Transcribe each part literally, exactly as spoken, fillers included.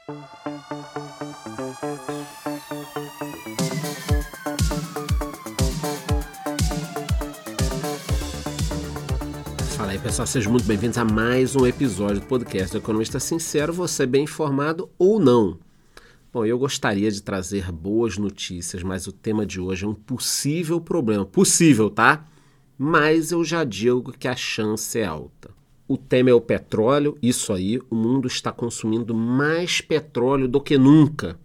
Fala aí, pessoal, sejam muito bem-vindos a mais um episódio do podcast do Economista Sincero, você bem informado ou não. Bom, eu gostaria de trazer boas notícias, mas o tema de hoje é um possível problema. Possível, tá? Mas eu já digo que a chance é alta. O tema é o petróleo, isso aí, o mundo está consumindo mais petróleo do que nunca.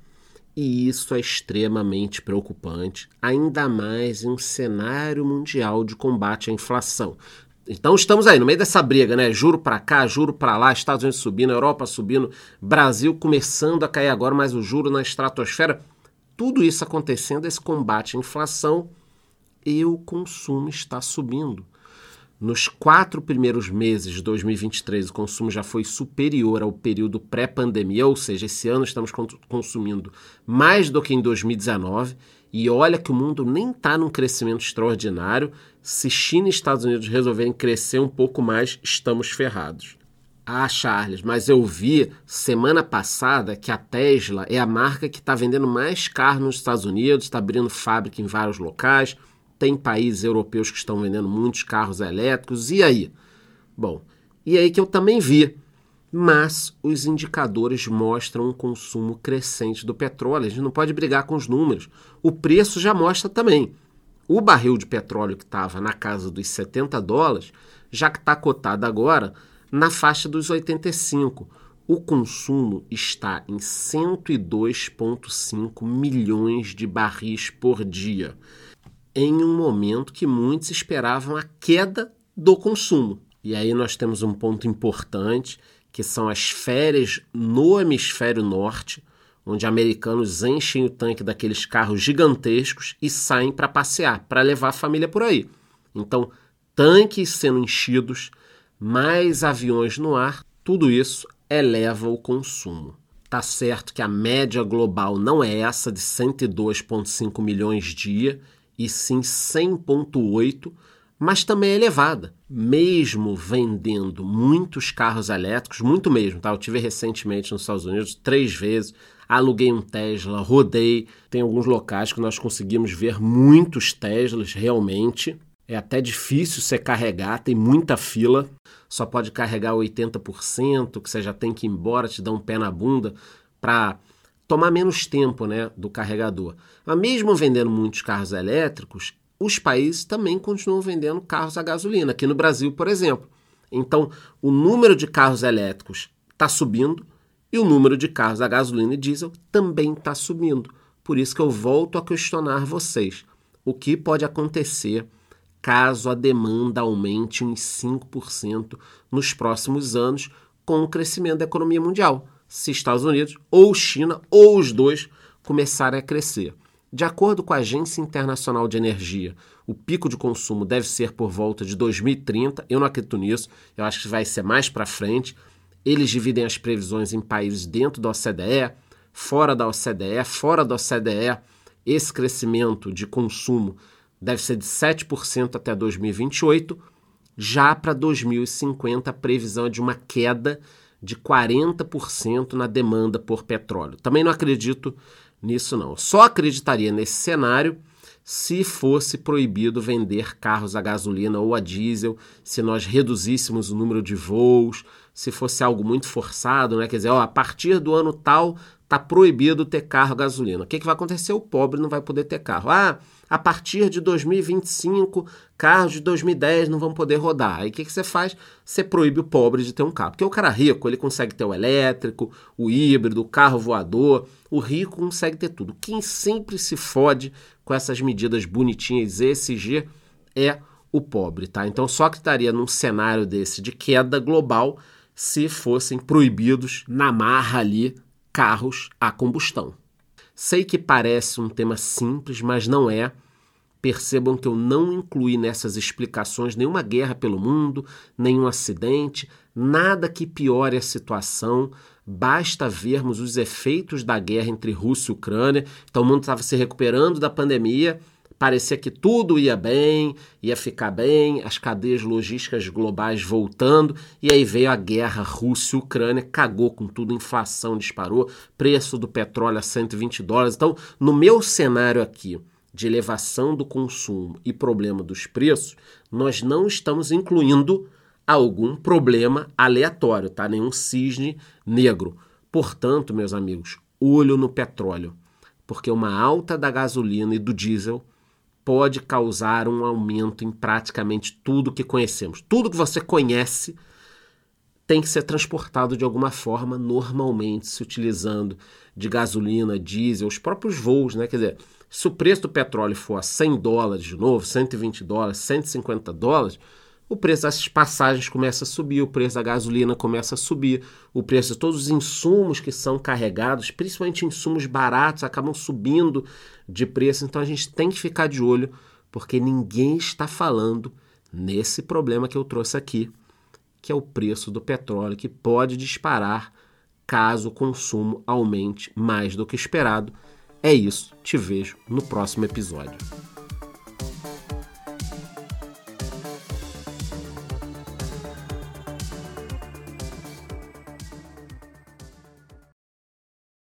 E isso é extremamente preocupante, ainda mais em um cenário mundial de combate à inflação. Então estamos aí no meio dessa briga, né? Juro para cá, juro para lá, Estados Unidos subindo, Europa subindo, Brasil começando a cair agora, mas o juro na estratosfera. Tudo isso acontecendo, esse combate à inflação, e o consumo está subindo. Nos quatro primeiros meses de dois mil e vinte e três, o consumo já foi superior ao período pré-pandemia, ou seja, esse ano estamos consumindo mais do que em dois mil e dezenove, e olha que o mundo nem está num crescimento extraordinário. Se China e Estados Unidos resolverem crescer um pouco mais, estamos ferrados. Ah, Charles, mas eu vi semana passada que a Tesla é a marca que está vendendo mais carro nos Estados Unidos, está abrindo fábrica em vários locais, tem países europeus que estão vendendo muitos carros elétricos, e aí? Bom, e aí que eu também vi, mas os indicadores mostram um consumo crescente do petróleo, a gente não pode brigar com os números, o preço já mostra também. O barril de petróleo que estava na casa dos setenta dólares, já que está cotado agora na faixa dos oitenta e cinco. O consumo está em cento e dois vírgula cinco milhões de barris por dia, em um momento que muitos esperavam a queda do consumo. E aí nós temos um ponto importante, que são as férias no hemisfério norte, onde americanos enchem o tanque daqueles carros gigantescos e saem para passear, para levar a família por aí. Então, tanques sendo enchidos, mais aviões no ar, tudo isso eleva o consumo. Tá certo que a média global não é essa de cento e dois vírgula cinco milhões dia, e sim cem vírgula oito, mas também é elevada. Mesmo vendendo muitos carros elétricos, muito mesmo, tá? Eu tive recentemente nos Estados Unidos três vezes, aluguei um Tesla, rodei. Tem alguns locais que nós conseguimos ver muitos Teslas realmente. É até difícil você carregar, tem muita fila. Só pode carregar oitenta por cento, que você já tem que ir embora, te dá um pé na bunda para tomar menos tempo, né, do carregador. Mas mesmo vendendo muitos carros elétricos, os países também continuam vendendo carros a gasolina. Aqui no Brasil, por exemplo. Então, o número de carros elétricos está subindo, e o número de carros a gasolina e diesel também está subindo. Por isso que eu volto a questionar vocês. O que pode acontecer caso a demanda aumente uns cinco por cento nos próximos anos com o crescimento da economia mundial? Se Estados Unidos ou China ou os dois começarem a crescer. De acordo com a Agência Internacional de Energia, o pico de consumo deve ser por volta de dois mil e trinta. Eu não acredito nisso, eu acho que vai ser mais para frente. Eles dividem as previsões em países dentro da O C D E, fora da O C D E. Fora da O C D E, esse crescimento de consumo deve ser de sete por cento até dois mil e vinte e oito. Já para dois mil e cinquenta, a previsão é de uma queda de quarenta por cento na demanda por petróleo. Também não acredito nisso, não. Só acreditaria nesse cenário se fosse proibido vender carros a gasolina ou a diesel, se nós reduzíssemos o número de voos, se fosse algo muito forçado, né? Quer dizer, ó, a partir do ano tal está proibido ter carro a gasolina. O que, que vai acontecer? O pobre não vai poder ter carro. Ah, a partir de dois mil e vinte e cinco, carros de dois mil e dez não vão poder rodar. Aí o que, que você faz? Você proíbe o pobre de ter um carro. Porque o cara rico, ele consegue ter o elétrico, o híbrido, o carro voador. O rico consegue ter tudo. Quem sempre se fode com essas medidas bonitinhas E S G é o pobre, tá? Então só que estaria num cenário desse de queda global se fossem proibidos na marra ali carros a combustão. Sei que parece um tema simples, mas não é. Percebam que eu não incluí nessas explicações nenhuma guerra pelo mundo, nenhum acidente, nada que piore a situação. Basta vermos os efeitos da guerra entre Rússia e Ucrânia. Então o mundo estava se recuperando da pandemia, parecia que tudo ia bem, ia ficar bem, as cadeias logísticas globais voltando, e aí veio a guerra Rússia e Ucrânia, cagou com tudo, inflação disparou, preço do petróleo a cento e vinte dólares. Então, no meu cenário aqui de elevação do consumo e problema dos preços, nós não estamos incluindo algum problema aleatório, tá? Nenhum cisne negro. Portanto, meus amigos, olho no petróleo, porque uma alta da gasolina e do diesel pode causar um aumento em praticamente tudo que conhecemos. Tudo que você conhece tem que ser transportado de alguma forma, normalmente se utilizando de gasolina, diesel, os próprios voos, né? Quer dizer, se o preço do petróleo for a cem dólares de novo, cento e vinte dólares, cento e cinquenta dólares, o preço das passagens começa a subir, o preço da gasolina começa a subir, o preço de todos os insumos que são carregados, principalmente insumos baratos, acabam subindo de preço. Então a gente tem que ficar de olho, porque ninguém está falando nesse problema que eu trouxe aqui, que é o preço do petróleo, que pode disparar caso o consumo aumente mais do que esperado. É isso, te vejo no próximo episódio.